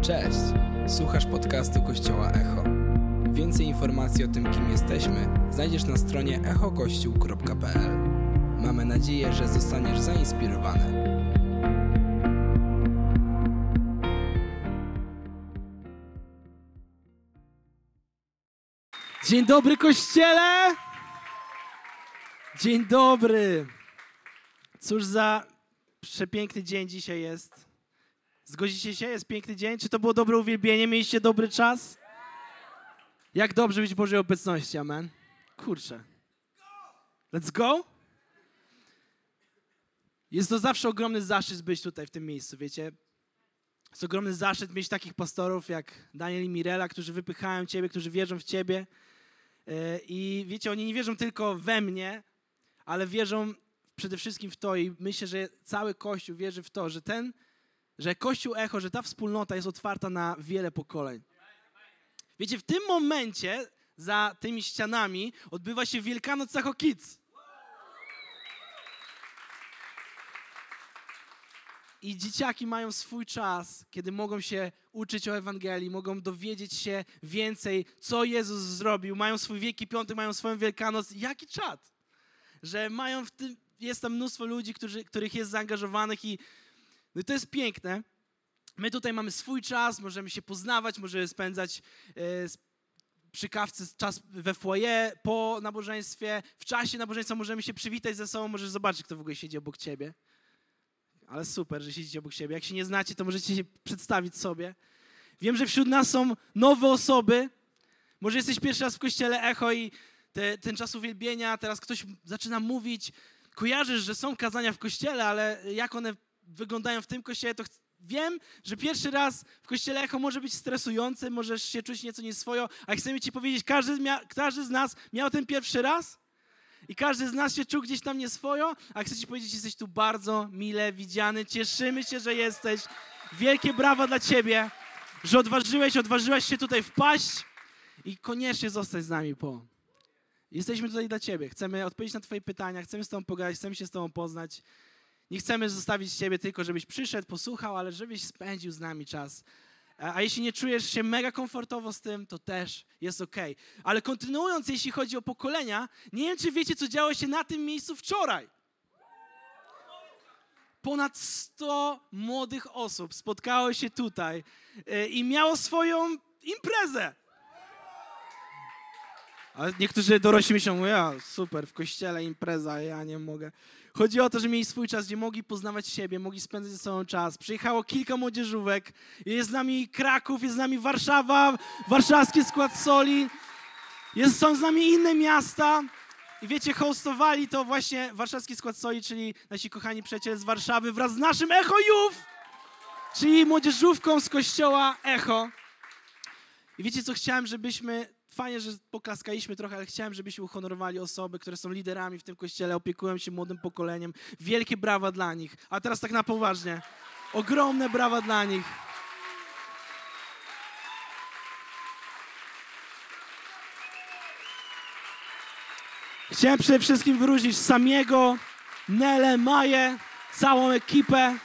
Cześć! Słuchasz podcastu Kościoła Echo. Więcej informacji o tym, kim jesteśmy, znajdziesz na stronie echokościół.pl. Mamy nadzieję, że zostaniesz zainspirowany. Dzień dobry, Kościele! Dzień dobry! Cóż za przepiękny dzień dzisiaj jest. Zgodzicie się? Jest piękny dzień? Czy to było dobre uwielbienie? Mieliście dobry czas? Jak dobrze być w Bożej obecności, amen. Kurczę. Let's go? Jest to zawsze ogromny zaszczyt być tutaj w tym miejscu, wiecie? Jest ogromny zaszczyt mieć takich pastorów jak Daniel i Mirela, którzy wypychają Ciebie, którzy wierzą w Ciebie. I wiecie, oni nie wierzą tylko we mnie, ale wierzą przede wszystkim w to i myślę, że cały Kościół wierzy w to, że Kościół Echo, że ta wspólnota jest otwarta na wiele pokoleń. Wiecie, w tym momencie za tymi ścianami odbywa się Wielkanoc Echo Kids. I dzieciaki mają swój czas, kiedy mogą się uczyć o Ewangelii, mogą dowiedzieć się więcej, co Jezus zrobił. Mają swój Wielki Piątek, mają swoją Wielkanoc. Jaki czad! Że mają w tym, jest tam mnóstwo ludzi, których jest zaangażowanych i no to jest piękne. My tutaj mamy swój czas, możemy się poznawać, możemy spędzać przy kawce czas we foyer, po nabożeństwie. W czasie nabożeństwa możemy się przywitać ze sobą, możesz zobaczyć, kto w ogóle siedzi obok ciebie. Ale super, że siedzicie obok siebie. Jak się nie znacie, to możecie się przedstawić sobie. Wiem, że wśród nas są nowe osoby. Może jesteś pierwszy raz w Kościele Echo i ten czas uwielbienia, teraz ktoś zaczyna mówić. Kojarzysz, że są kazania w Kościele, ale jak one wyglądają w tym Kościele, to wiem, że pierwszy raz w Kościele Echo może być stresujący, możesz się czuć nieco nieswojo, a chcemy ci powiedzieć, każdy z nas miał ten pierwszy raz. I każdy z nas się czuł gdzieś tam nieswojo, a chcę ci powiedzieć, jesteś tu bardzo mile widziany. Cieszymy się, że jesteś. Wielkie brawa dla ciebie, że odważyłaś się tutaj wpaść i koniecznie zostać z nami Jesteśmy tutaj dla ciebie. Chcemy odpowiedzieć na twoje pytania, chcemy z tobą pogadać, chcemy się z tobą poznać. Nie chcemy zostawić ciebie tylko, żebyś przyszedł, posłuchał, ale żebyś spędził z nami czas. A jeśli nie czujesz się mega komfortowo z tym, to też jest okej. Ale kontynuując, jeśli chodzi o pokolenia, nie wiem, czy wiecie, co działo się na tym miejscu wczoraj. Ponad 100 młodych osób spotkało się tutaj i miało swoją imprezę. Ale niektórzy dorośli myślą, ja super, w kościele impreza, ja nie mogę. Chodzi o to, że mieli swój czas, gdzie mogli poznawać siebie, mogli spędzać ze sobą czas. Przyjechało kilka młodzieżówek, jest z nami Kraków, jest z nami Warszawa, warszawski skład soli, są z nami inne miasta. I wiecie, hostowali to właśnie warszawski skład soli, czyli nasi kochani przyjaciele z Warszawy wraz z naszym Echo Youth, czyli młodzieżówką z kościoła Echo. I wiecie co, chciałem, żebyśmy... Fajnie, że poklaskaliśmy trochę, ale chciałem, żebyśmy uhonorowali osoby, które są liderami w tym kościele, opiekują się młodym pokoleniem. Wielkie brawa dla nich. A teraz tak na poważnie. Ogromne brawa dla nich. Chciałem przede wszystkim wyróżnić Samiego, Nelę, Maję, całą ekipę.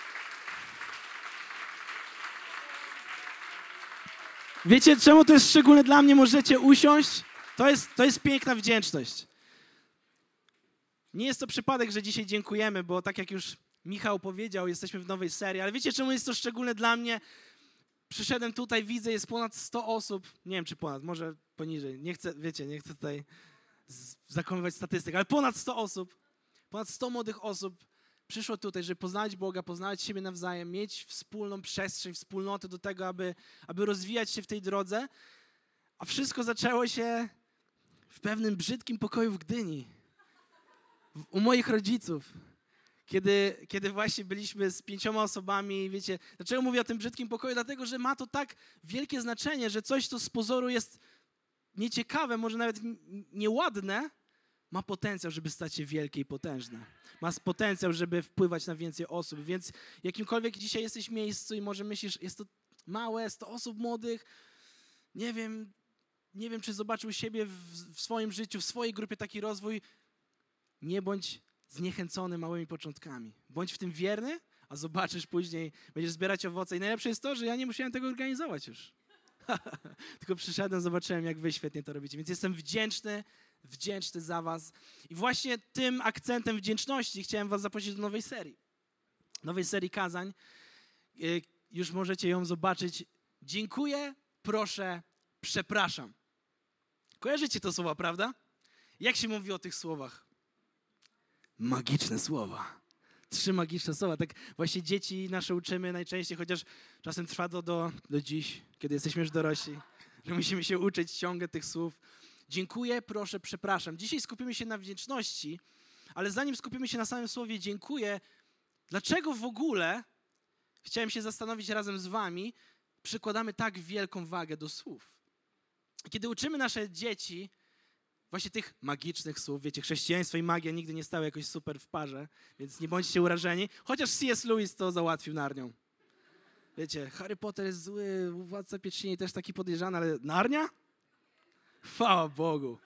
Wiecie, czemu to jest szczególne dla mnie? Możecie usiąść. To jest piękna wdzięczność. Nie jest to przypadek, że dzisiaj dziękujemy, bo tak jak już Michał powiedział, jesteśmy w nowej serii, ale wiecie, czemu jest to szczególne dla mnie? Przyszedłem tutaj, widzę, jest ponad 100 osób. Nie wiem, czy ponad, może poniżej. Nie chcę tutaj zakłamywać statystyk, ale ponad 100 osób, ponad 100 młodych osób przyszło tutaj, żeby poznać Boga, poznawać siebie nawzajem, mieć wspólną przestrzeń, wspólnotę do tego, aby rozwijać się w tej drodze. A wszystko zaczęło się w pewnym brzydkim pokoju w Gdyni. U moich rodziców. Kiedy właśnie byliśmy z 5 osobami, wiecie, dlaczego mówię o tym brzydkim pokoju? Dlatego, że ma to tak wielkie znaczenie, że coś, co z pozoru jest nieciekawe, może nawet nieładne, ma potencjał, żeby stać się wielkie i potężne. Ma potencjał, żeby wpływać na więcej osób. Więc jakimkolwiek dzisiaj jesteś w miejscu i może myślisz, jest to małe, 100 osób młodych, nie wiem, czy zobaczył siebie w swoim życiu, w swojej grupie taki rozwój. Nie bądź zniechęcony małymi początkami. Bądź w tym wierny, a zobaczysz później, będziesz zbierać owoce. I najlepsze jest to, że ja nie musiałem tego organizować już. Tylko przyszedłem, zobaczyłem, jak wy świetnie to robicie. Więc jestem wdzięczny za was. I właśnie tym akcentem wdzięczności chciałem was zaprosić do nowej serii kazań. Już możecie ją zobaczyć. Dziękuję, proszę, przepraszam. Kojarzycie to słowa, prawda? Jak się mówi o tych słowach? Magiczne słowa. 3 magiczne słowa. Tak właśnie dzieci nasze uczymy najczęściej, chociaż czasem trwa to do dziś, kiedy jesteśmy już dorośli, że musimy się uczyć ciągle tych słów. Dziękuję, proszę, przepraszam. Dzisiaj skupimy się na wdzięczności, ale zanim skupimy się na samym słowie dziękuję, dlaczego w ogóle, chciałem się zastanowić razem z wami, przykładamy tak wielką wagę do słów. Kiedy uczymy nasze dzieci właśnie tych magicznych słów, wiecie, chrześcijaństwo i magia nigdy nie stały jakoś super w parze, więc nie bądźcie urażeni, chociaż C.S. Lewis to załatwił Narnią. Wiecie, Harry Potter jest zły, Władca Pierścieni też taki podejrzany, ale Narnia? Chwała Bogu.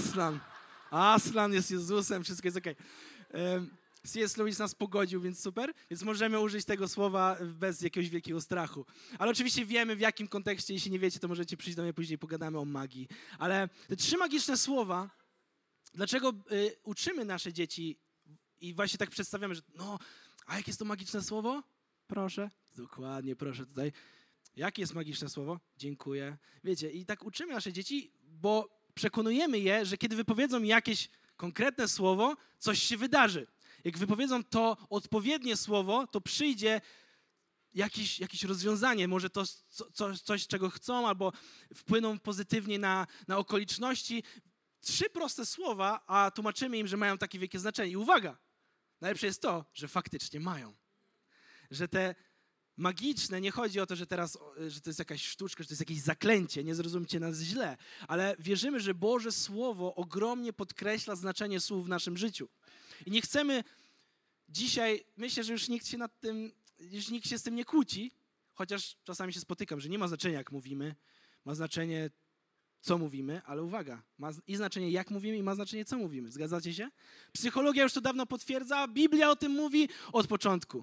Aslan jest Jezusem, wszystko jest okej. C.S. Lewis nas pogodził, więc super. Więc możemy użyć tego słowa bez jakiegoś wielkiego strachu. Ale oczywiście wiemy, w jakim kontekście. Jeśli nie wiecie, to możecie przyjść do mnie później, pogadamy o magii. Ale te 3 magiczne słowa, dlaczego uczymy nasze dzieci i właśnie tak przedstawiamy, że a jakie jest to magiczne słowo? Proszę. Dokładnie, proszę tutaj. Jakie jest magiczne słowo? Dziękuję. Wiecie, i tak uczymy nasze dzieci, bo przekonujemy je, że kiedy wypowiedzą jakieś konkretne słowo, coś się wydarzy. Jak wypowiedzą to odpowiednie słowo, to przyjdzie jakieś rozwiązanie, może to coś, czego chcą, albo wpłyną pozytywnie na okoliczności. 3 proste słowa, a tłumaczymy im, że mają takie wielkie znaczenie. I uwaga, najlepsze jest to, że faktycznie mają. Że te magiczne, nie chodzi o to, że to jest jakaś sztuczka, że to jest jakieś zaklęcie, nie zrozumcie nas źle, ale wierzymy, że Boże Słowo ogromnie podkreśla znaczenie słów w naszym życiu. I nie chcemy dzisiaj, myślę, że już nikt się z tym nie kłóci, chociaż czasami się spotykam, że nie ma znaczenia, jak mówimy, ma znaczenie, co mówimy, ale uwaga, ma i znaczenie, jak mówimy, i ma znaczenie, co mówimy. Zgadzacie się? Psychologia już to dawno potwierdza, a Biblia o tym mówi od początku.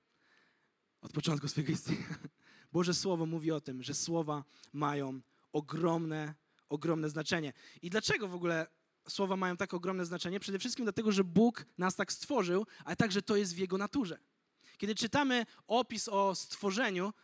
Od początku swojego istnienia. Boże Słowo mówi o tym, że słowa mają ogromne znaczenie. I dlaczego w ogóle słowa mają tak ogromne znaczenie? Przede wszystkim dlatego, że Bóg nas tak stworzył, ale także to jest w Jego naturze. Kiedy czytamy opis o stworzeniu,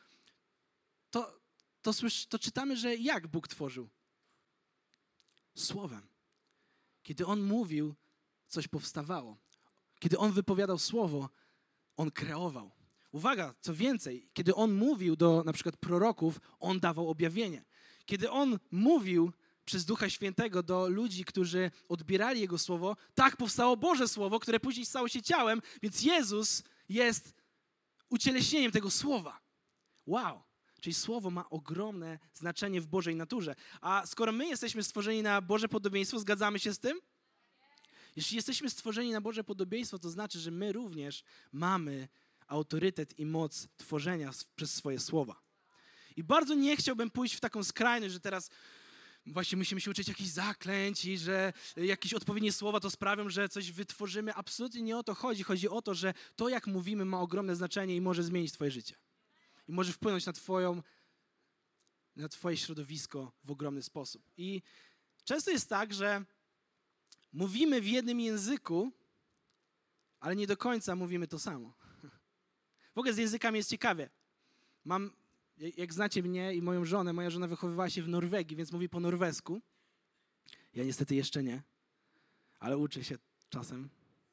to czytamy, że jak Bóg tworzył? Słowem. Kiedy On mówił, coś powstawało. Kiedy On wypowiadał słowo, On kreował. Uwaga, co więcej, kiedy On mówił do na przykład proroków, On dawał objawienie. Kiedy On mówił przez Ducha Świętego do ludzi, którzy odbierali Jego Słowo, tak powstało Boże Słowo, które później stało się ciałem, więc Jezus jest ucieleśnieniem tego Słowa. Wow! Czyli Słowo ma ogromne znaczenie w Bożej naturze. A skoro my jesteśmy stworzeni na Boże podobieństwo, zgadzamy się z tym? Jeśli jesteśmy stworzeni na Boże podobieństwo, to znaczy, że my również mamy autorytet i moc tworzenia przez swoje słowa. I bardzo nie chciałbym pójść w taką skrajność, że teraz właśnie musimy się uczyć jakichś zaklęć i że jakieś odpowiednie słowa to sprawią, że coś wytworzymy. Absolutnie nie o to chodzi. Chodzi o to, że to, jak mówimy, ma ogromne znaczenie i może zmienić twoje życie. I może wpłynąć na twoje środowisko w ogromny sposób. I często jest tak, że mówimy w jednym języku, ale nie do końca mówimy to samo. W ogóle z językami jest ciekawie. Jak znacie mnie i moją żonę, moja żona wychowywała się w Norwegii, więc mówi po norwesku. Ja niestety jeszcze nie, ale uczę się czasem.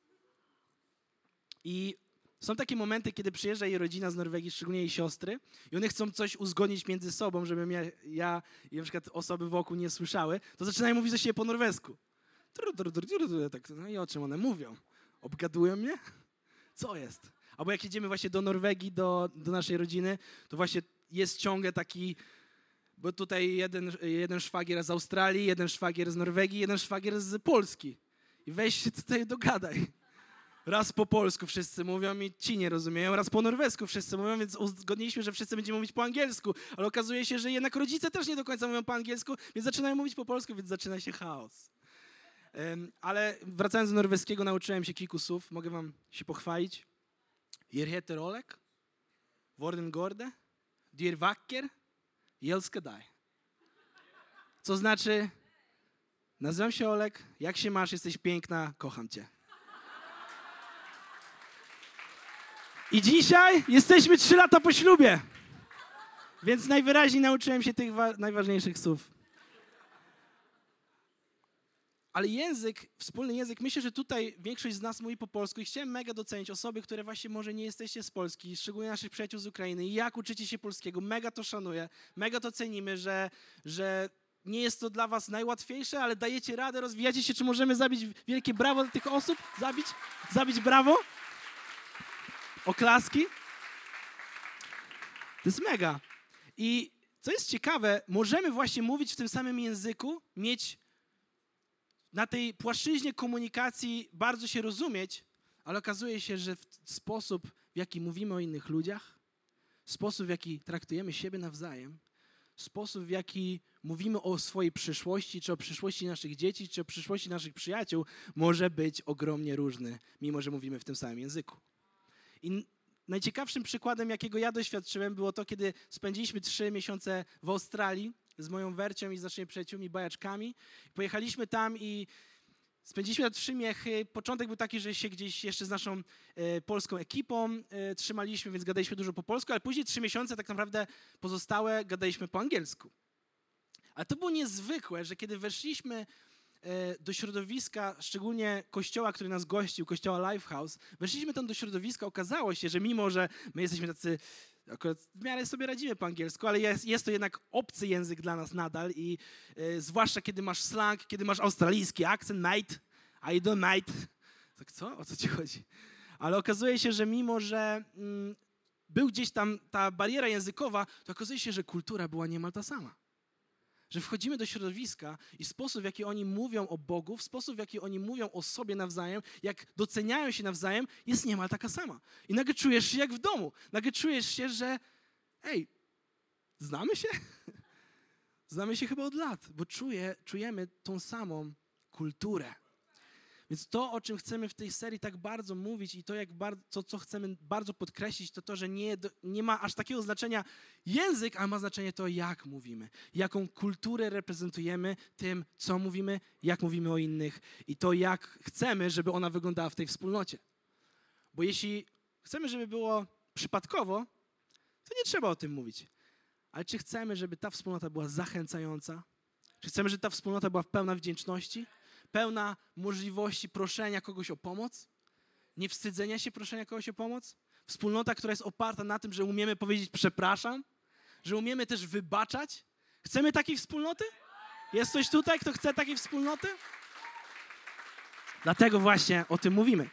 I są takie momenty, kiedy przyjeżdża jej rodzina z Norwegii, szczególnie jej siostry, i one chcą coś uzgodnić między sobą, żebym ja i na przykład osoby wokół nie słyszały, to zaczynają mówić do siebie po norwesku. Tak, no i o czym one mówią? Obgadują mnie? Co jest? Albo jak jedziemy właśnie do Norwegii, do naszej rodziny, to właśnie jest ciągle taki, bo tutaj jeden szwagier z Australii, jeden szwagier z Norwegii, jeden szwagier z Polski. I weź się tutaj dogadaj. Raz po polsku wszyscy mówią i ci nie rozumieją, raz po norwesku wszyscy mówią, więc uzgodniliśmy, że wszyscy będziemy mówić po angielsku, ale okazuje się, że jednak rodzice też nie do końca mówią po angielsku, więc zaczynają mówić po polsku, więc zaczyna się chaos. Ale wracając do norweskiego, nauczyłem się kilku słów, mogę wam się pochwalić. Ihr heter Oleg, worden gorde, dir wacker, jelska daj. Co znaczy, nazywam się Oleg, jak się masz, jesteś piękna, kocham cię. I dzisiaj jesteśmy 3 lata po ślubie, więc najwyraźniej nauczyłem się tych najważniejszych słów. Ale język, wspólny język, myślę, że tutaj większość z nas mówi po polsku i chciałem mega docenić osoby, które właśnie może nie jesteście z Polski, szczególnie naszych przyjaciół z Ukrainy. Jak uczycie się polskiego, mega to szanuję, mega to cenimy, że nie jest to dla was najłatwiejsze, ale dajecie radę, rozwijacie się. Czy możemy zabić wielkie brawo dla tych osób? Zabić brawo? Oklaski? To jest mega. I co jest ciekawe, możemy właśnie mówić w tym samym języku, mieć na tej płaszczyźnie komunikacji bardzo się rozumieć, ale okazuje się, że sposób, w jaki mówimy o innych ludziach, sposób, w jaki traktujemy siebie nawzajem, sposób, w jaki mówimy o swojej przyszłości, czy o przyszłości naszych dzieci, czy o przyszłości naszych przyjaciół, może być ogromnie różny, mimo że mówimy w tym samym języku. I najciekawszym przykładem, jakiego ja doświadczyłem, było to, kiedy spędziliśmy 3 miesiące w Australii z moją Wercią i z naszymi przyjaciółmi, bajaczkami. Pojechaliśmy tam i spędziliśmy 3 miechy. Początek był taki, że się gdzieś jeszcze z naszą polską ekipą trzymaliśmy, więc gadaliśmy dużo po polsku, ale później 3 miesiące tak naprawdę pozostałe gadaliśmy po angielsku. Ale to było niezwykłe, że kiedy weszliśmy do środowiska, szczególnie kościoła, który nas gościł, kościoła Lifehouse, weszliśmy tam do środowiska, okazało się, że mimo, że my jesteśmy tacy, akurat w miarę sobie radzimy po angielsku, ale jest to jednak obcy język dla nas nadal i zwłaszcza kiedy masz slang, kiedy masz australijski akcent, mate, I don't mate. Tak co? O co ci chodzi? Ale okazuje się, że mimo, że był gdzieś tam ta bariera językowa, to okazuje się, że kultura była niemal ta sama. Że wchodzimy do środowiska i sposób, w jaki oni mówią o Bogu, sposób, w jaki oni mówią o sobie nawzajem, jak doceniają się nawzajem, jest niemal taka sama. I nagle czujesz się jak w domu. Nagle czujesz się, że znamy się? Znamy się chyba od lat, bo czujemy tą samą kulturę. Więc to, o czym chcemy w tej serii tak bardzo mówić i to, co chcemy bardzo podkreślić, to to, że nie ma aż takiego znaczenia język, ale ma znaczenie to, jak mówimy. Jaką kulturę reprezentujemy tym, co mówimy, jak mówimy o innych i to, jak chcemy, żeby ona wyglądała w tej wspólnocie. Bo jeśli chcemy, żeby było przypadkowo, to nie trzeba o tym mówić. Ale czy chcemy, żeby ta wspólnota była zachęcająca? Czy chcemy, żeby ta wspólnota była pełna wdzięczności? Pełna możliwości proszenia kogoś o pomoc, nie wstydzenia się proszenia kogoś o pomoc. Wspólnota, która jest oparta na tym, że umiemy powiedzieć przepraszam, że umiemy też wybaczać. Chcemy takiej wspólnoty? Jest ktoś tutaj, kto chce takiej wspólnoty? Dlatego właśnie o tym mówimy.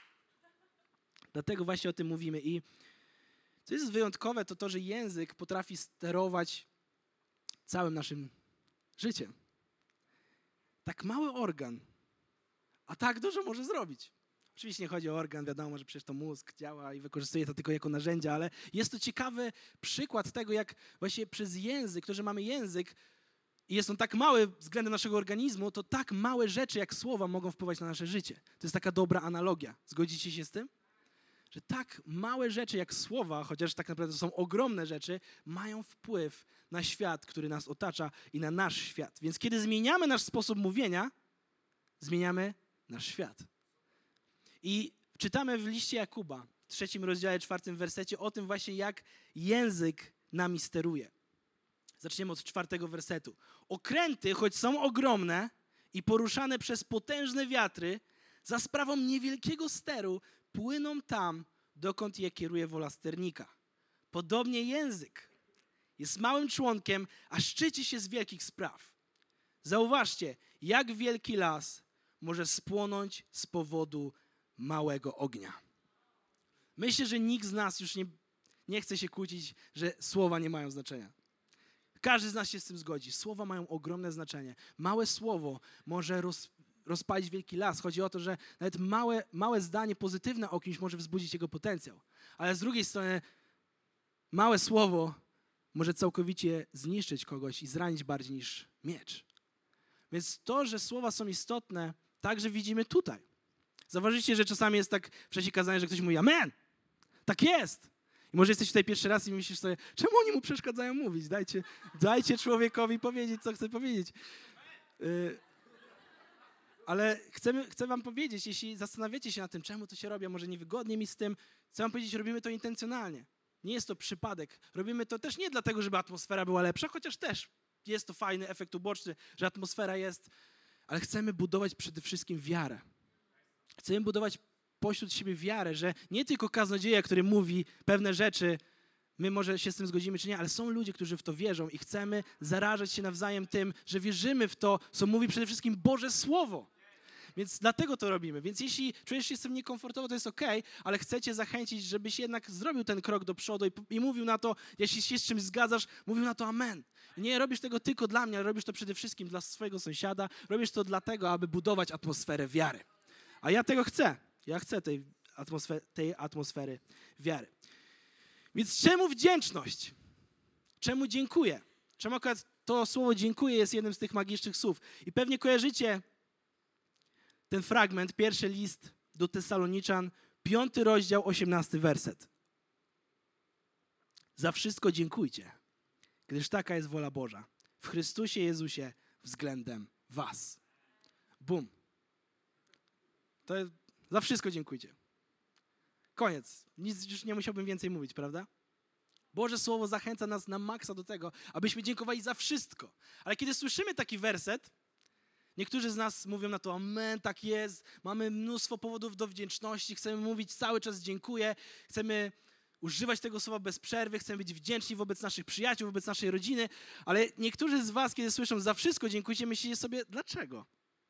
I co jest wyjątkowe, to to, że język potrafi sterować całym naszym życiem. Tak mały organ, a tak dużo może zrobić. Oczywiście nie chodzi o organ, wiadomo, że przecież to mózg działa i wykorzystuje to tylko jako narzędzie, ale jest to ciekawy przykład tego, jak właśnie przez język, to, że mamy język i jest on tak mały względem naszego organizmu, to tak małe rzeczy jak słowa mogą wpływać na nasze życie. To jest taka dobra analogia. Zgodzicie się z tym? Że tak małe rzeczy jak słowa, chociaż tak naprawdę to są ogromne rzeczy, mają wpływ na świat, który nas otacza i na nasz świat. Więc kiedy zmieniamy nasz sposób mówienia, zmieniamy nasz świat. I czytamy w liście Jakuba, w 3 rozdziale, 4 wersecie o tym właśnie, jak język nami steruje. Zaczniemy od 4 wersetu. Okręty, choć są ogromne i poruszane przez potężne wiatry, za sprawą niewielkiego steru płyną tam, dokąd je kieruje wola sternika. Podobnie język jest małym członkiem, a szczyci się z wielkich spraw. Zauważcie, jak wielki las może spłonąć z powodu małego ognia. Myślę, że nikt z nas już nie chce się kłócić, że słowa nie mają znaczenia. Każdy z nas się z tym zgodzi. Słowa mają ogromne znaczenie. Małe słowo może rozpalić wielki las. Chodzi o to, że nawet małe zdanie pozytywne o kimś może wzbudzić jego potencjał. Ale z drugiej strony małe słowo może całkowicie zniszczyć kogoś i zranić bardziej niż miecz. Więc to, że słowa są istotne, także widzimy tutaj. Zauważycie, że czasami jest tak w czasie kazania, że ktoś mówi amen. Tak jest. I może jesteś tutaj pierwszy raz i myślisz sobie, czemu oni mu przeszkadzają mówić? Dajcie człowiekowi powiedzieć, co chce powiedzieć. Ale chcę wam powiedzieć, jeśli zastanawiacie się nad tym, czemu to się robi, a może niewygodnie mi z tym, chcę wam powiedzieć, robimy to intencjonalnie. Nie jest to przypadek. Robimy to też nie dlatego, żeby atmosfera była lepsza, chociaż też jest to fajny efekt uboczny, że atmosfera jest, ale chcemy budować przede wszystkim wiarę. Chcemy budować pośród siebie wiarę, że nie tylko kaznodzieja, który mówi pewne rzeczy, my może się z tym zgodzimy czy nie, ale są ludzie, którzy w to wierzą i chcemy zarażać się nawzajem tym, że wierzymy w to, co mówi przede wszystkim Boże Słowo. Więc dlatego to robimy. Więc jeśli czujesz się z tym niekomfortowo, to jest okej, ale chcę cię zachęcić, żebyś jednak zrobił ten krok do przodu i mówił na to, jeśli się z czymś zgadzasz, mówił na to amen. I nie robisz tego tylko dla mnie, ale robisz to przede wszystkim dla swojego sąsiada. Robisz to dlatego, aby budować atmosferę wiary. A ja tego chcę. Ja chcę tej atmosfery wiary. Więc czemu wdzięczność? Czemu dziękuję? Czemu akurat to słowo dziękuję jest jednym z tych magicznych słów? I pewnie kojarzycie ten fragment, pierwszy list do Tesaloniczan, 5 rozdział, 18 werset. Za wszystko dziękujcie, gdyż taka jest wola Boża w Chrystusie Jezusie względem was. Bum. Za wszystko dziękujcie. Koniec. Nic już nie musiałbym więcej mówić, prawda? Boże Słowo zachęca nas na maksa do tego, abyśmy dziękowali za wszystko. Ale kiedy słyszymy taki werset, niektórzy z nas mówią na to, amen, tak jest, mamy mnóstwo powodów do wdzięczności, chcemy mówić cały czas dziękuję, chcemy używać tego słowa bez przerwy, chcemy być wdzięczni wobec naszych przyjaciół, wobec naszej rodziny, ale niektórzy z was, kiedy słyszą za wszystko dziękujcie, myślicie sobie, dlaczego?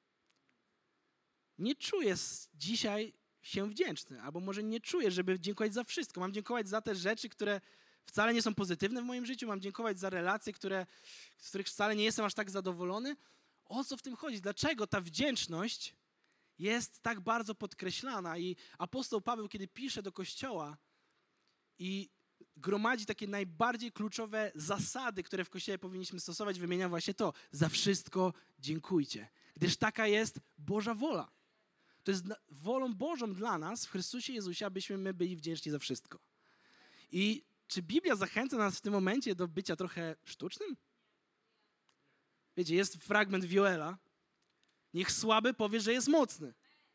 Nie czuję dzisiaj się wdzięczny, albo może nie czuję, żeby dziękować za wszystko. Mam dziękować za te rzeczy, które wcale nie są pozytywne w moim życiu, mam dziękować za relacje, z których wcale nie jestem aż tak zadowolony. O co w tym chodzi? Dlaczego ta wdzięczność jest tak bardzo podkreślana? I apostoł Paweł, kiedy pisze do Kościoła i gromadzi takie najbardziej kluczowe zasady, które w Kościele powinniśmy stosować, wymienia właśnie to. Za wszystko dziękujcie, gdyż taka jest Boża wola. To jest wolą Bożą dla nas w Chrystusie Jezusie, abyśmy my byli wdzięczni za wszystko. I czy Biblia zachęca nas w tym momencie do bycia trochę sztucznym? Wiecie, jest fragment Joela. Niech słaby powie, że jest mocny.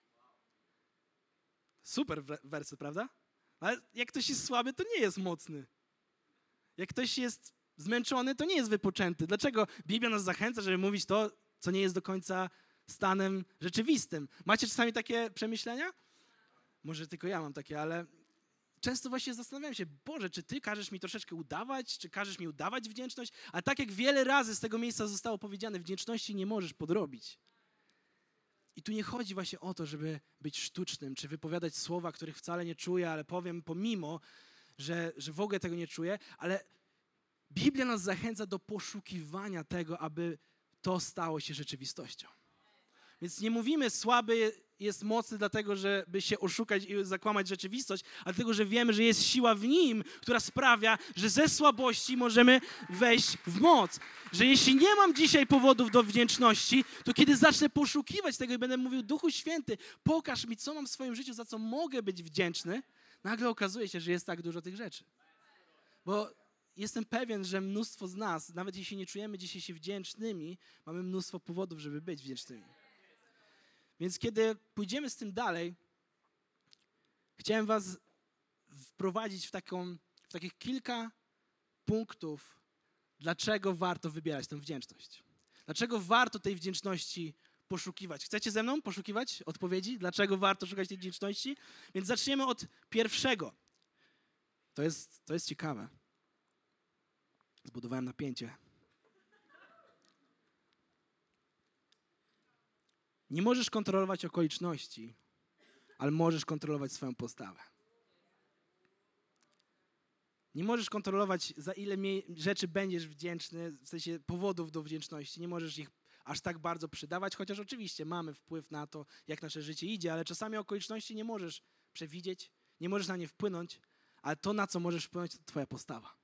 Super werset, prawda? Ale jak ktoś jest słaby, to nie jest mocny. Jak ktoś jest zmęczony, to nie jest wypoczęty. Dlaczego Biblia nas zachęca, żeby mówić to, co nie jest do końca stanem rzeczywistym? Macie czasami takie przemyślenia? Może tylko ja mam takie, ale często właśnie zastanawiam się, Boże, czy Ty każesz mi troszeczkę udawać, czy każesz mi udawać wdzięczność? A tak jak wiele razy z tego miejsca zostało powiedziane, wdzięczności nie możesz podrobić. I tu nie chodzi właśnie o to, żeby być sztucznym, czy wypowiadać słowa, których wcale nie czuję, ale powiem pomimo, że w ogóle tego nie czuję, ale Biblia nas zachęca do poszukiwania tego, aby to stało się rzeczywistością. Więc nie mówimy, słaby jest mocny dlatego, żeby się oszukać i zakłamać rzeczywistość, ale dlatego, że wiemy, że jest siła w Nim, która sprawia, że ze słabości możemy wejść w moc. Że jeśli nie mam dzisiaj powodów do wdzięczności, to kiedy zacznę poszukiwać tego i będę mówił, Duchu Święty, pokaż mi, co mam w swoim życiu, za co mogę być wdzięczny, nagle okazuje się, że jest tak dużo tych rzeczy. Bo jestem pewien, że mnóstwo z nas, nawet jeśli nie czujemy dzisiaj się wdzięcznymi, mamy mnóstwo powodów, żeby być wdzięcznymi. Więc kiedy pójdziemy z tym dalej, chciałem was wprowadzić w takich kilka punktów, dlaczego warto wybierać tę wdzięczność. Dlaczego warto tej wdzięczności poszukiwać. Chcecie ze mną poszukiwać odpowiedzi? Dlaczego warto szukać tej wdzięczności? Więc zaczniemy od pierwszego. To jest ciekawe. Zbudowałem napięcie. Nie możesz kontrolować okoliczności, ale możesz kontrolować swoją postawę. Nie możesz kontrolować, za ile rzeczy będziesz wdzięczny, w sensie powodów do wdzięczności. Nie możesz ich aż tak bardzo przydawać, chociaż oczywiście mamy wpływ na to, jak nasze życie idzie, ale czasami okoliczności nie możesz przewidzieć, nie możesz na nie wpłynąć, ale to, na co możesz wpłynąć, to twoja postawa.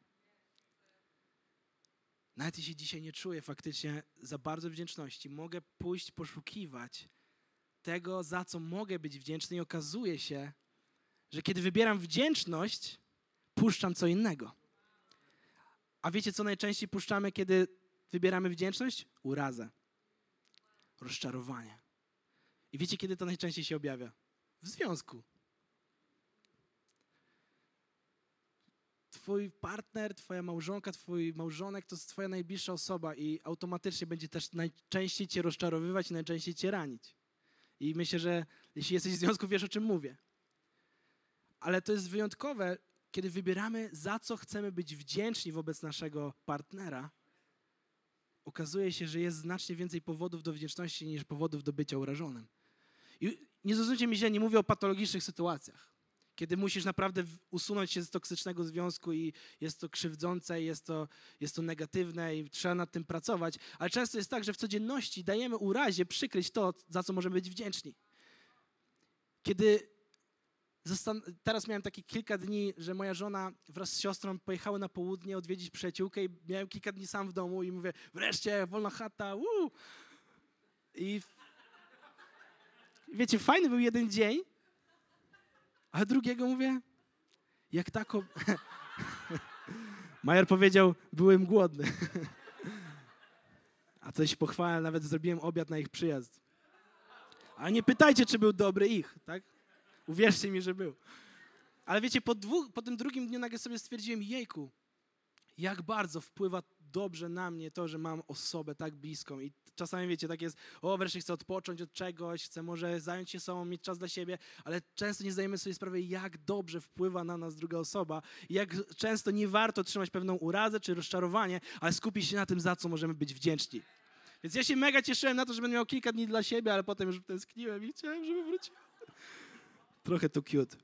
Nawet jeśli dzisiaj nie czuję faktycznie za bardzo wdzięczności, mogę pójść poszukiwać tego, za co mogę być wdzięczny i okazuje się, że kiedy wybieram wdzięczność, puszczam co innego. A wiecie, co najczęściej puszczamy, kiedy wybieramy wdzięczność? Urazę, rozczarowanie. I wiecie, kiedy to najczęściej się objawia? W związku. Twój partner, twoja małżonka, twój małżonek to jest twoja najbliższa osoba i automatycznie będzie też najczęściej cię rozczarowywać i najczęściej cię ranić. I myślę, że jeśli jesteś w związku, wiesz, o czym mówię. Ale to jest wyjątkowe, kiedy wybieramy, za co chcemy być wdzięczni wobec naszego partnera. Okazuje się, że jest znacznie więcej powodów do wdzięczności niż powodów do bycia urażonym. I nie zrozumcie mnie źle, nie mówię o patologicznych sytuacjach, kiedy musisz naprawdę usunąć się z toksycznego związku i jest to krzywdzące, jest to negatywne i trzeba nad tym pracować, ale często jest tak, że w codzienności dajemy urazie przykryć to, za co możemy być wdzięczni. Teraz miałem takie kilka dni, że moja żona wraz z siostrą pojechały na południe odwiedzić przyjaciółkę i miałem kilka dni sam w domu i mówię, wreszcie, wolna chata, I wiecie, fajny był jeden dzień, a drugiego mówię, jak tako... Major powiedział, byłem głodny. A coś pochwałem, nawet zrobiłem obiad na ich przyjazd. Ale nie pytajcie, czy był dobry ich, tak? Uwierzcie mi, że był. Ale wiecie, po tym drugim dniu nagle sobie stwierdziłem, jejku, jak bardzo wpływa dobrze na mnie to, że mam osobę tak bliską. I czasami, wiecie, tak jest, wreszcie chcę odpocząć od czegoś, chcę może zająć się sobą, mieć czas dla siebie, ale często nie zdajemy sobie sprawy, jak dobrze wpływa na nas druga osoba i jak często nie warto trzymać pewną urazę czy rozczarowanie, ale skupić się na tym, za co możemy być wdzięczni. Więc ja się mega cieszyłem na to, że będę miał kilka dni dla siebie, ale potem już tęskniłem i chciałem, żeby wrócił. Trochę to cute.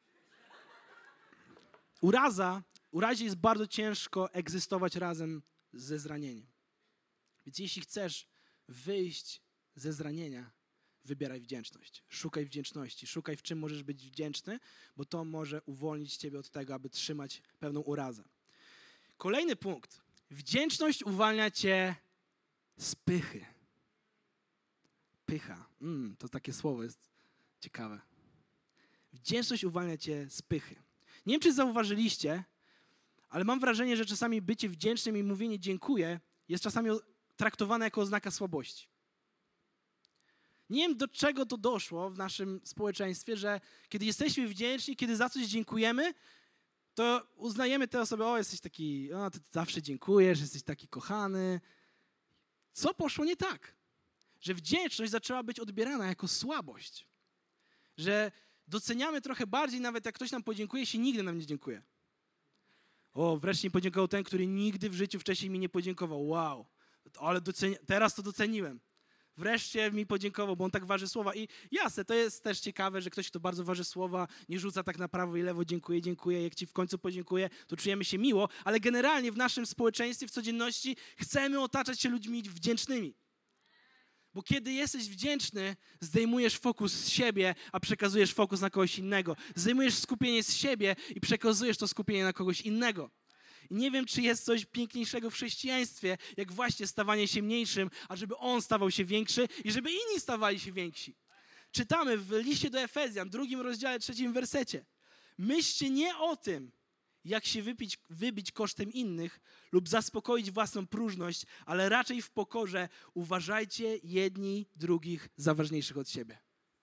Urazie jest bardzo ciężko egzystować razem ze zranieniem. Więc jeśli chcesz wyjść ze zranienia, wybieraj wdzięczność. Szukaj wdzięczności. Szukaj, w czym możesz być wdzięczny, bo to może uwolnić ciebie od tego, aby trzymać pewną urazę. Kolejny punkt. Wdzięczność uwalnia cię z pychy. Pycha. To takie słowo jest ciekawe. Wdzięczność uwalnia cię z pychy. Nie wiem, czy zauważyliście, ale mam wrażenie, że czasami bycie wdzięcznym i mówienie dziękuję jest czasami traktowane jako oznaka słabości. Nie wiem, do czego to doszło w naszym społeczeństwie, że kiedy jesteśmy wdzięczni, kiedy za coś dziękujemy, to uznajemy tę osobę, jesteś taki, ty zawsze dziękujesz, jesteś taki kochany. Co poszło nie tak? Że wdzięczność zaczęła być odbierana jako słabość. Że doceniamy trochę bardziej, nawet jak ktoś nam podziękuje, jeśli nigdy nam nie dziękuje. Wreszcie mi podziękował ten, który nigdy w życiu wcześniej mi nie podziękował. Wow, ale teraz to doceniłem. Wreszcie mi podziękował, bo on tak waży słowa. I jasne, to jest też ciekawe, że ktoś, kto bardzo waży słowa, nie rzuca tak na prawo i lewo, dziękuję. Jak ci w końcu podziękuję, to czujemy się miło, ale generalnie w naszym społeczeństwie, w codzienności chcemy otaczać się ludźmi wdzięcznymi. Bo kiedy jesteś wdzięczny, zdejmujesz fokus z siebie, a przekazujesz fokus na kogoś innego. Zdejmujesz skupienie z siebie i przekazujesz to skupienie na kogoś innego. I nie wiem, czy jest coś piękniejszego w chrześcijaństwie, jak właśnie stawanie się mniejszym, a żeby on stawał się większy i żeby inni stawali się więksi. Czytamy w liście do Efezjan, 2 rozdziale, 3 wersecie. Myślcie nie o tym, jak się wybić kosztem innych lub zaspokoić własną próżność, ale raczej w pokorze uważajcie jedni drugich za ważniejszych od siebie.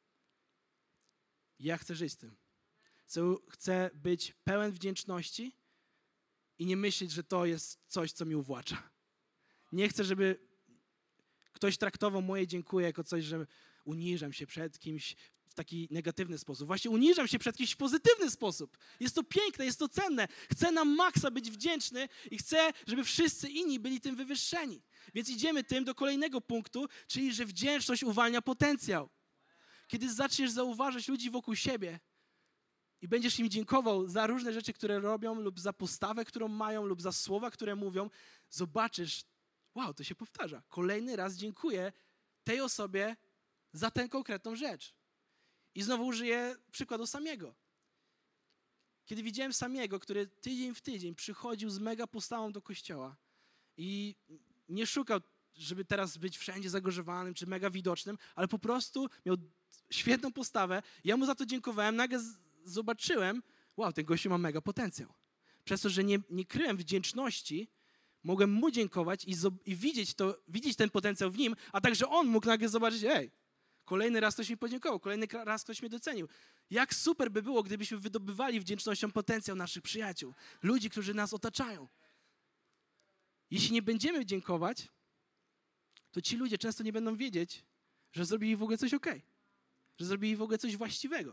Ja chcę żyć tym. Chcę być pełen wdzięczności i nie myśleć, że to jest coś, co mi uwłacza. Nie chcę, żeby ktoś traktował moje dziękuję jako coś, że uniżam się przed kimś w taki negatywny sposób. Właśnie uniżam się przed kimś w pozytywny sposób. Jest to piękne, jest to cenne. Chcę na maksa być wdzięczny i chcę, żeby wszyscy inni byli tym wywyższeni. Więc idziemy tym do kolejnego punktu, czyli że wdzięczność uwalnia potencjał. Kiedy zaczniesz zauważać ludzi wokół siebie i będziesz im dziękował za różne rzeczy, które robią lub za postawę, którą mają lub za słowa, które mówią, zobaczysz, wow, to się powtarza. Kolejny raz dziękuję tej osobie za tę konkretną rzecz. I znowu użyję przykładu Samiego. Kiedy widziałem Samiego, który tydzień w tydzień przychodził z mega postawą do kościoła i nie szukał, żeby teraz być wszędzie zagorzewanym czy mega widocznym, ale po prostu miał świetną postawę. Ja mu za to dziękowałem. Nagle zobaczyłem, wow, ten gościu ma mega potencjał. Przez to, że nie kryłem wdzięczności, mogłem mu dziękować i widzieć ten potencjał w nim, a także on mógł nagle zobaczyć, kolejny raz ktoś mi podziękował, kolejny raz ktoś mnie docenił. Jak super by było, gdybyśmy wydobywali wdzięcznością potencjał naszych przyjaciół, ludzi, którzy nas otaczają. Jeśli nie będziemy dziękować, to ci ludzie często nie będą wiedzieć, że zrobili w ogóle coś okej, że zrobili w ogóle coś właściwego.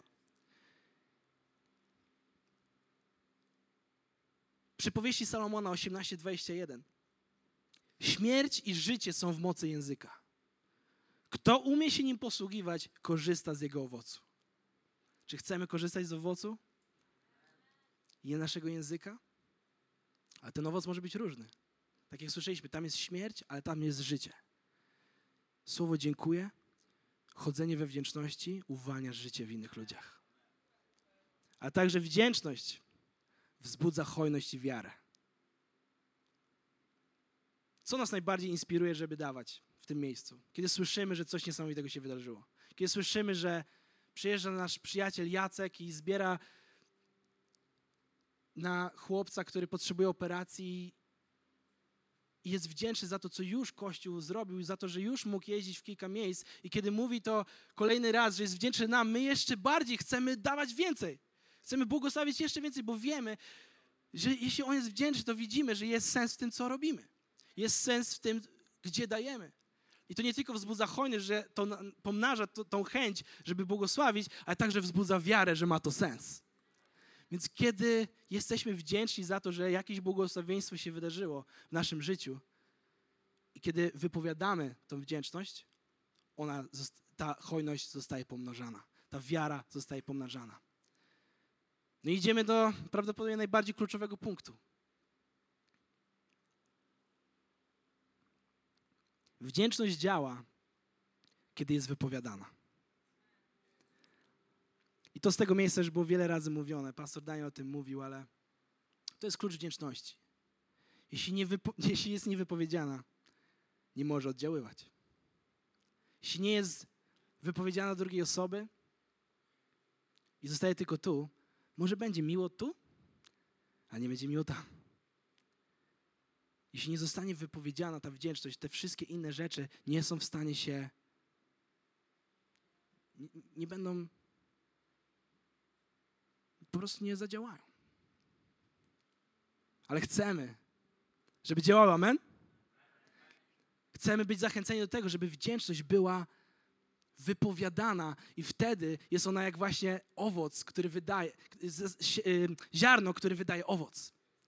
Przypowieści Salomona 18:21. Śmierć i życie są w mocy języka. Kto umie się nim posługiwać, korzysta z jego owocu. Czy chcemy korzystać z owocu naszego języka? A ten owoc może być różny. Tak jak słyszeliśmy, tam jest śmierć, ale tam jest życie. Słowo dziękuję, chodzenie we wdzięczności uwalnia życie w innych ludziach. A także wdzięczność wzbudza hojność i wiarę. Co nas najbardziej inspiruje, żeby dawać w tym miejscu? Kiedy słyszymy, że coś niesamowitego się wydarzyło. Kiedy słyszymy, że przyjeżdża nasz przyjaciel Jacek i zbiera na chłopca, który potrzebuje operacji i jest wdzięczny za to, co już Kościół zrobił, za to, że już mógł jeździć w kilka miejsc. I kiedy mówi to kolejny raz, że jest wdzięczny nam, my jeszcze bardziej chcemy dawać więcej. Chcemy błogosławić jeszcze więcej, bo wiemy, że jeśli on jest wdzięczny, to widzimy, że jest sens w tym, co robimy. Jest sens w tym, gdzie dajemy. I to nie tylko wzbudza hojność, że to pomnaża tą chęć, żeby błogosławić, ale także wzbudza wiarę, że ma to sens. Więc kiedy jesteśmy wdzięczni za to, że jakieś błogosławieństwo się wydarzyło w naszym życiu i kiedy wypowiadamy tą wdzięczność, ta hojność zostaje pomnażana. Ta wiara zostaje pomnażana. No i idziemy do prawdopodobnie najbardziej kluczowego punktu. Wdzięczność działa, kiedy jest wypowiadana. I to z tego miejsca już było wiele razy mówione. Pastor Daniel o tym mówił, ale to jest klucz wdzięczności. Jeśli jest niewypowiedziana, nie może oddziaływać. Jeśli nie jest wypowiedziana do drugiej osoby i zostaje tylko tu, może będzie miło tu, a nie będzie miło tam. Jeśli nie zostanie wypowiedziana ta wdzięczność, te wszystkie inne rzeczy nie są w stanie się, nie będą, po prostu nie zadziałają. Ale chcemy, żeby działała, amen? Chcemy być zachęceni do tego, żeby wdzięczność była wypowiadana i wtedy jest ona jak właśnie owoc, który wydaje, ziarno, który wydaje owoc.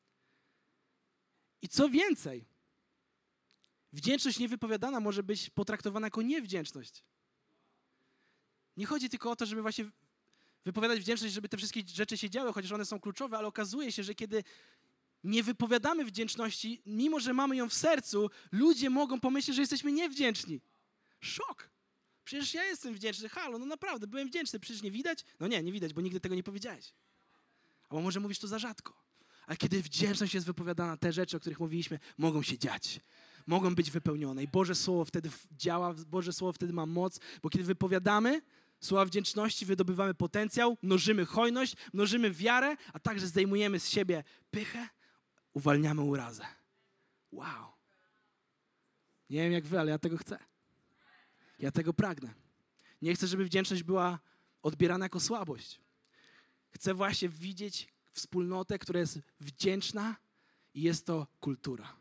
I co więcej, wdzięczność niewypowiadana może być potraktowana jako niewdzięczność. Nie chodzi tylko o to, żeby właśnie wypowiadać wdzięczność, żeby te wszystkie rzeczy się działy, chociaż one są kluczowe, ale okazuje się, że kiedy nie wypowiadamy wdzięczności, mimo że mamy ją w sercu, ludzie mogą pomyśleć, że jesteśmy niewdzięczni. Szok! Przecież ja jestem wdzięczny. Halo, no naprawdę, byłem wdzięczny. Przecież nie widać? No nie widać, bo nigdy tego nie powiedziałeś. Albo może mówisz to za rzadko. Ale kiedy wdzięczność jest wypowiadana, te rzeczy, o których mówiliśmy, mogą się dziać. Mogą być wypełnione. I Boże Słowo wtedy działa, Boże Słowo wtedy ma moc, bo kiedy wypowiadamy słowa wdzięczności, wydobywamy potencjał, mnożymy hojność, mnożymy wiarę, a także zdejmujemy z siebie pychę, uwalniamy urazę. Wow. Nie wiem jak wy, ale ja tego chcę. Ja tego pragnę. Nie chcę, żeby wdzięczność była odbierana jako słabość. Chcę właśnie widzieć wspólnotę, która jest wdzięczna i jest to kultura.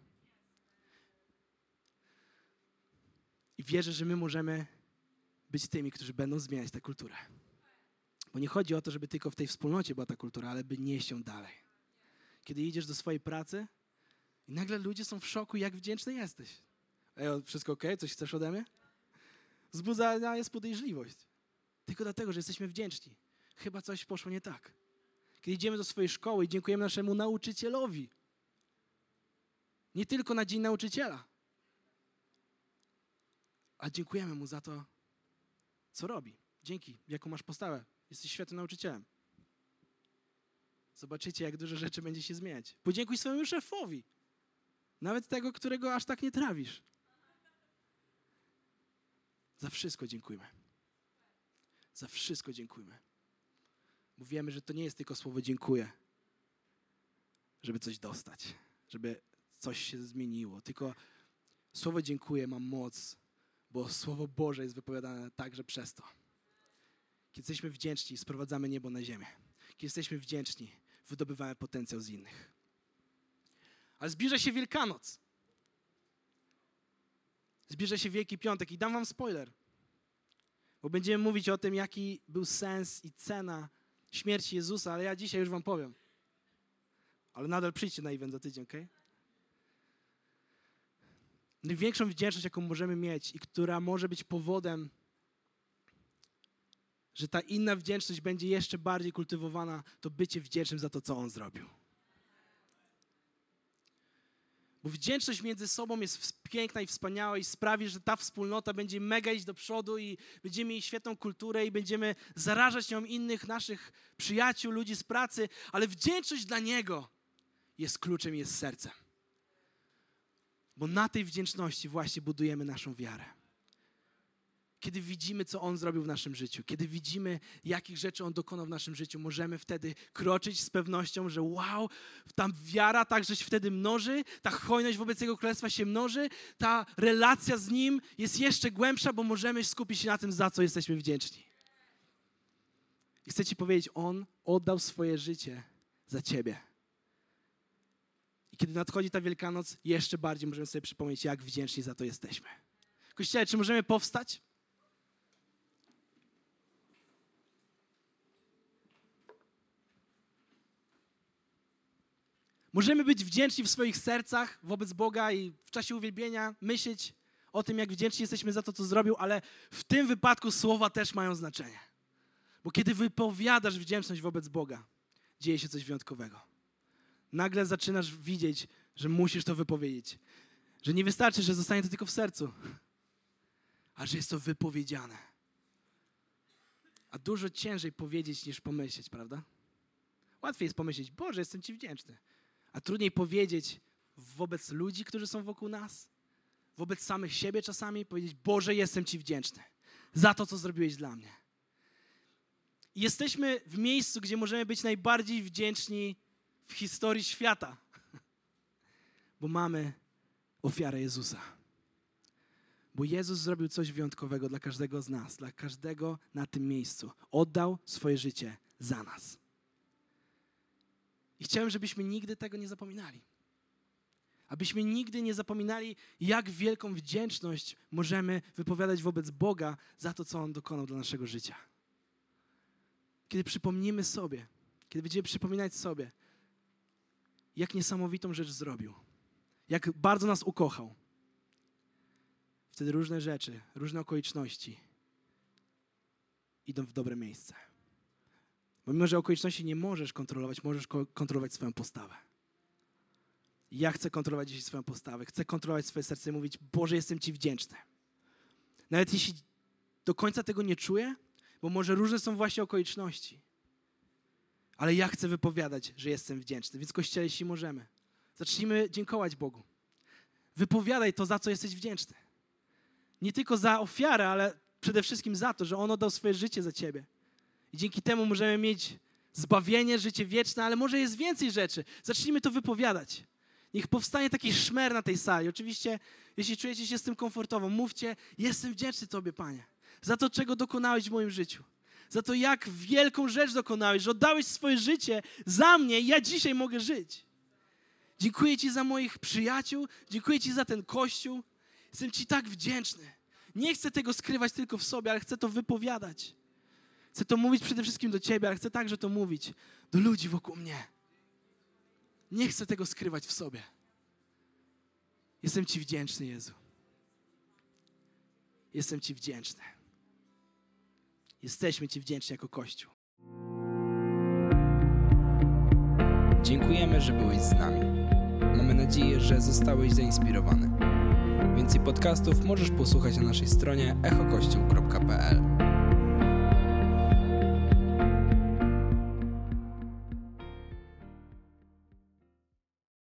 I wierzę, że my możemy być tymi, którzy będą zmieniać tę kulturę. Bo nie chodzi o to, żeby tylko w tej wspólnocie była ta kultura, ale by nieść ją dalej. Kiedy idziesz do swojej pracy i nagle ludzie są w szoku, jak wdzięczny jesteś. Wszystko okej? Coś chcesz ode mnie? Wzbudzana jest podejrzliwość. Tylko dlatego, że jesteśmy wdzięczni. Chyba coś poszło nie tak. Kiedy idziemy do swojej szkoły i dziękujemy naszemu nauczycielowi. Nie tylko na Dzień Nauczyciela. A dziękujemy mu za to, co robi. Dzięki, jaką masz postawę. Jesteś świetnym nauczycielem. Zobaczycie, jak dużo rzeczy będzie się zmieniać. Podziękuj swojemu szefowi. Nawet tego, którego aż tak nie trawisz. Za wszystko dziękujmy. Za wszystko dziękujmy. Bo wiemy, że to nie jest tylko słowo dziękuję, żeby coś dostać, żeby coś się zmieniło. Tylko słowo dziękuję ma moc, bo Słowo Boże jest wypowiadane także przez to. Kiedy jesteśmy wdzięczni, sprowadzamy niebo na ziemię. Kiedy jesteśmy wdzięczni, wydobywamy potencjał z innych. Ale zbliża się Wielkanoc. Zbliża się Wielki Piątek i dam wam spoiler. Bo będziemy mówić o tym, jaki był sens i cena śmierci Jezusa, ale ja dzisiaj już wam powiem. Ale nadal przyjdźcie na event za tydzień, okej? Największą wdzięczność, jaką możemy mieć i która może być powodem, że ta inna wdzięczność będzie jeszcze bardziej kultywowana, to bycie wdzięcznym za to, co On zrobił. Bo wdzięczność między sobą jest piękna i wspaniała i sprawi, że ta wspólnota będzie mega iść do przodu i będziemy mieli świetną kulturę i będziemy zarażać nią innych naszych przyjaciół, ludzi z pracy, ale wdzięczność dla Niego jest kluczem i jest sercem. Bo na tej wdzięczności właśnie budujemy naszą wiarę. Kiedy widzimy, co On zrobił w naszym życiu, kiedy widzimy, jakich rzeczy On dokonał w naszym życiu, możemy wtedy kroczyć z pewnością, że wow, ta wiara także się wtedy mnoży, ta hojność wobec Jego Królestwa się mnoży, ta relacja z Nim jest jeszcze głębsza, bo możemy skupić się na tym, za co jesteśmy wdzięczni. I chcę Ci powiedzieć, On oddał swoje życie za Ciebie. I kiedy nadchodzi ta Wielkanoc, jeszcze bardziej możemy sobie przypomnieć, jak wdzięczni za to jesteśmy. Kościele, czy możemy powstać? Możemy być wdzięczni w swoich sercach wobec Boga i w czasie uwielbienia myśleć o tym, jak wdzięczni jesteśmy za to, co zrobił, ale w tym wypadku słowa też mają znaczenie. Bo kiedy wypowiadasz wdzięczność wobec Boga, dzieje się coś wyjątkowego. Nagle zaczynasz widzieć, że musisz to wypowiedzieć. Że nie wystarczy, że zostanie to tylko w sercu, a że jest to wypowiedziane. A dużo ciężej powiedzieć niż pomyśleć, prawda? Łatwiej jest pomyśleć, Boże, jestem Ci wdzięczny. A trudniej powiedzieć wobec ludzi, którzy są wokół nas, wobec samych siebie czasami, powiedzieć, Boże, jestem Ci wdzięczny za to, co zrobiłeś dla mnie. I jesteśmy w miejscu, gdzie możemy być najbardziej wdzięczni w historii świata, bo mamy ofiarę Jezusa. Bo Jezus zrobił coś wyjątkowego dla każdego z nas, dla każdego na tym miejscu. Oddał swoje życie za nas. I chciałem, żebyśmy nigdy tego nie zapominali. Abyśmy nigdy nie zapominali, jak wielką wdzięczność możemy wypowiadać wobec Boga za to, co On dokonał dla naszego życia. Kiedy przypomnimy sobie, kiedy będziemy przypominać sobie, jak niesamowitą rzecz zrobił, jak bardzo nas ukochał, wtedy różne rzeczy, różne okoliczności idą w dobre miejsce. Bo mimo, że okoliczności nie możesz kontrolować, możesz kontrolować swoją postawę. Ja chcę kontrolować dzisiaj swoją postawę, chcę kontrolować swoje serce i mówić, Boże, jestem Ci wdzięczny. Nawet jeśli do końca tego nie czuję, bo może różne są właśnie okoliczności. Ale ja chcę wypowiadać, że jestem wdzięczny. Więc Kościele, jeśli możemy, zacznijmy dziękować Bogu. Wypowiadaj to, za co jesteś wdzięczny. Nie tylko za ofiarę, ale przede wszystkim za to, że On oddał swoje życie za Ciebie. I dzięki temu możemy mieć zbawienie, życie wieczne, ale może jest więcej rzeczy. Zacznijmy to wypowiadać. Niech powstanie taki szmer na tej sali. Oczywiście, jeśli czujecie się z tym komfortowo, mówcie, jestem wdzięczny Tobie, Panie, za to, czego dokonałeś w moim życiu. Za to, jak wielką rzecz dokonałeś, że oddałeś swoje życie za mnie i ja dzisiaj mogę żyć. Dziękuję Ci za moich przyjaciół, dziękuję Ci za ten Kościół. Jestem Ci tak wdzięczny. Nie chcę tego skrywać tylko w sobie, ale chcę to wypowiadać. Chcę to mówić przede wszystkim do Ciebie, ale chcę także to mówić do ludzi wokół mnie. Nie chcę tego skrywać w sobie. Jestem Ci wdzięczny, Jezu. Jestem Ci wdzięczny. Jesteśmy Ci wdzięczni jako Kościół. Dziękujemy, że byłeś z nami. Mamy nadzieję, że zostałeś zainspirowany. Więcej podcastów możesz posłuchać na naszej stronie echokościół.pl.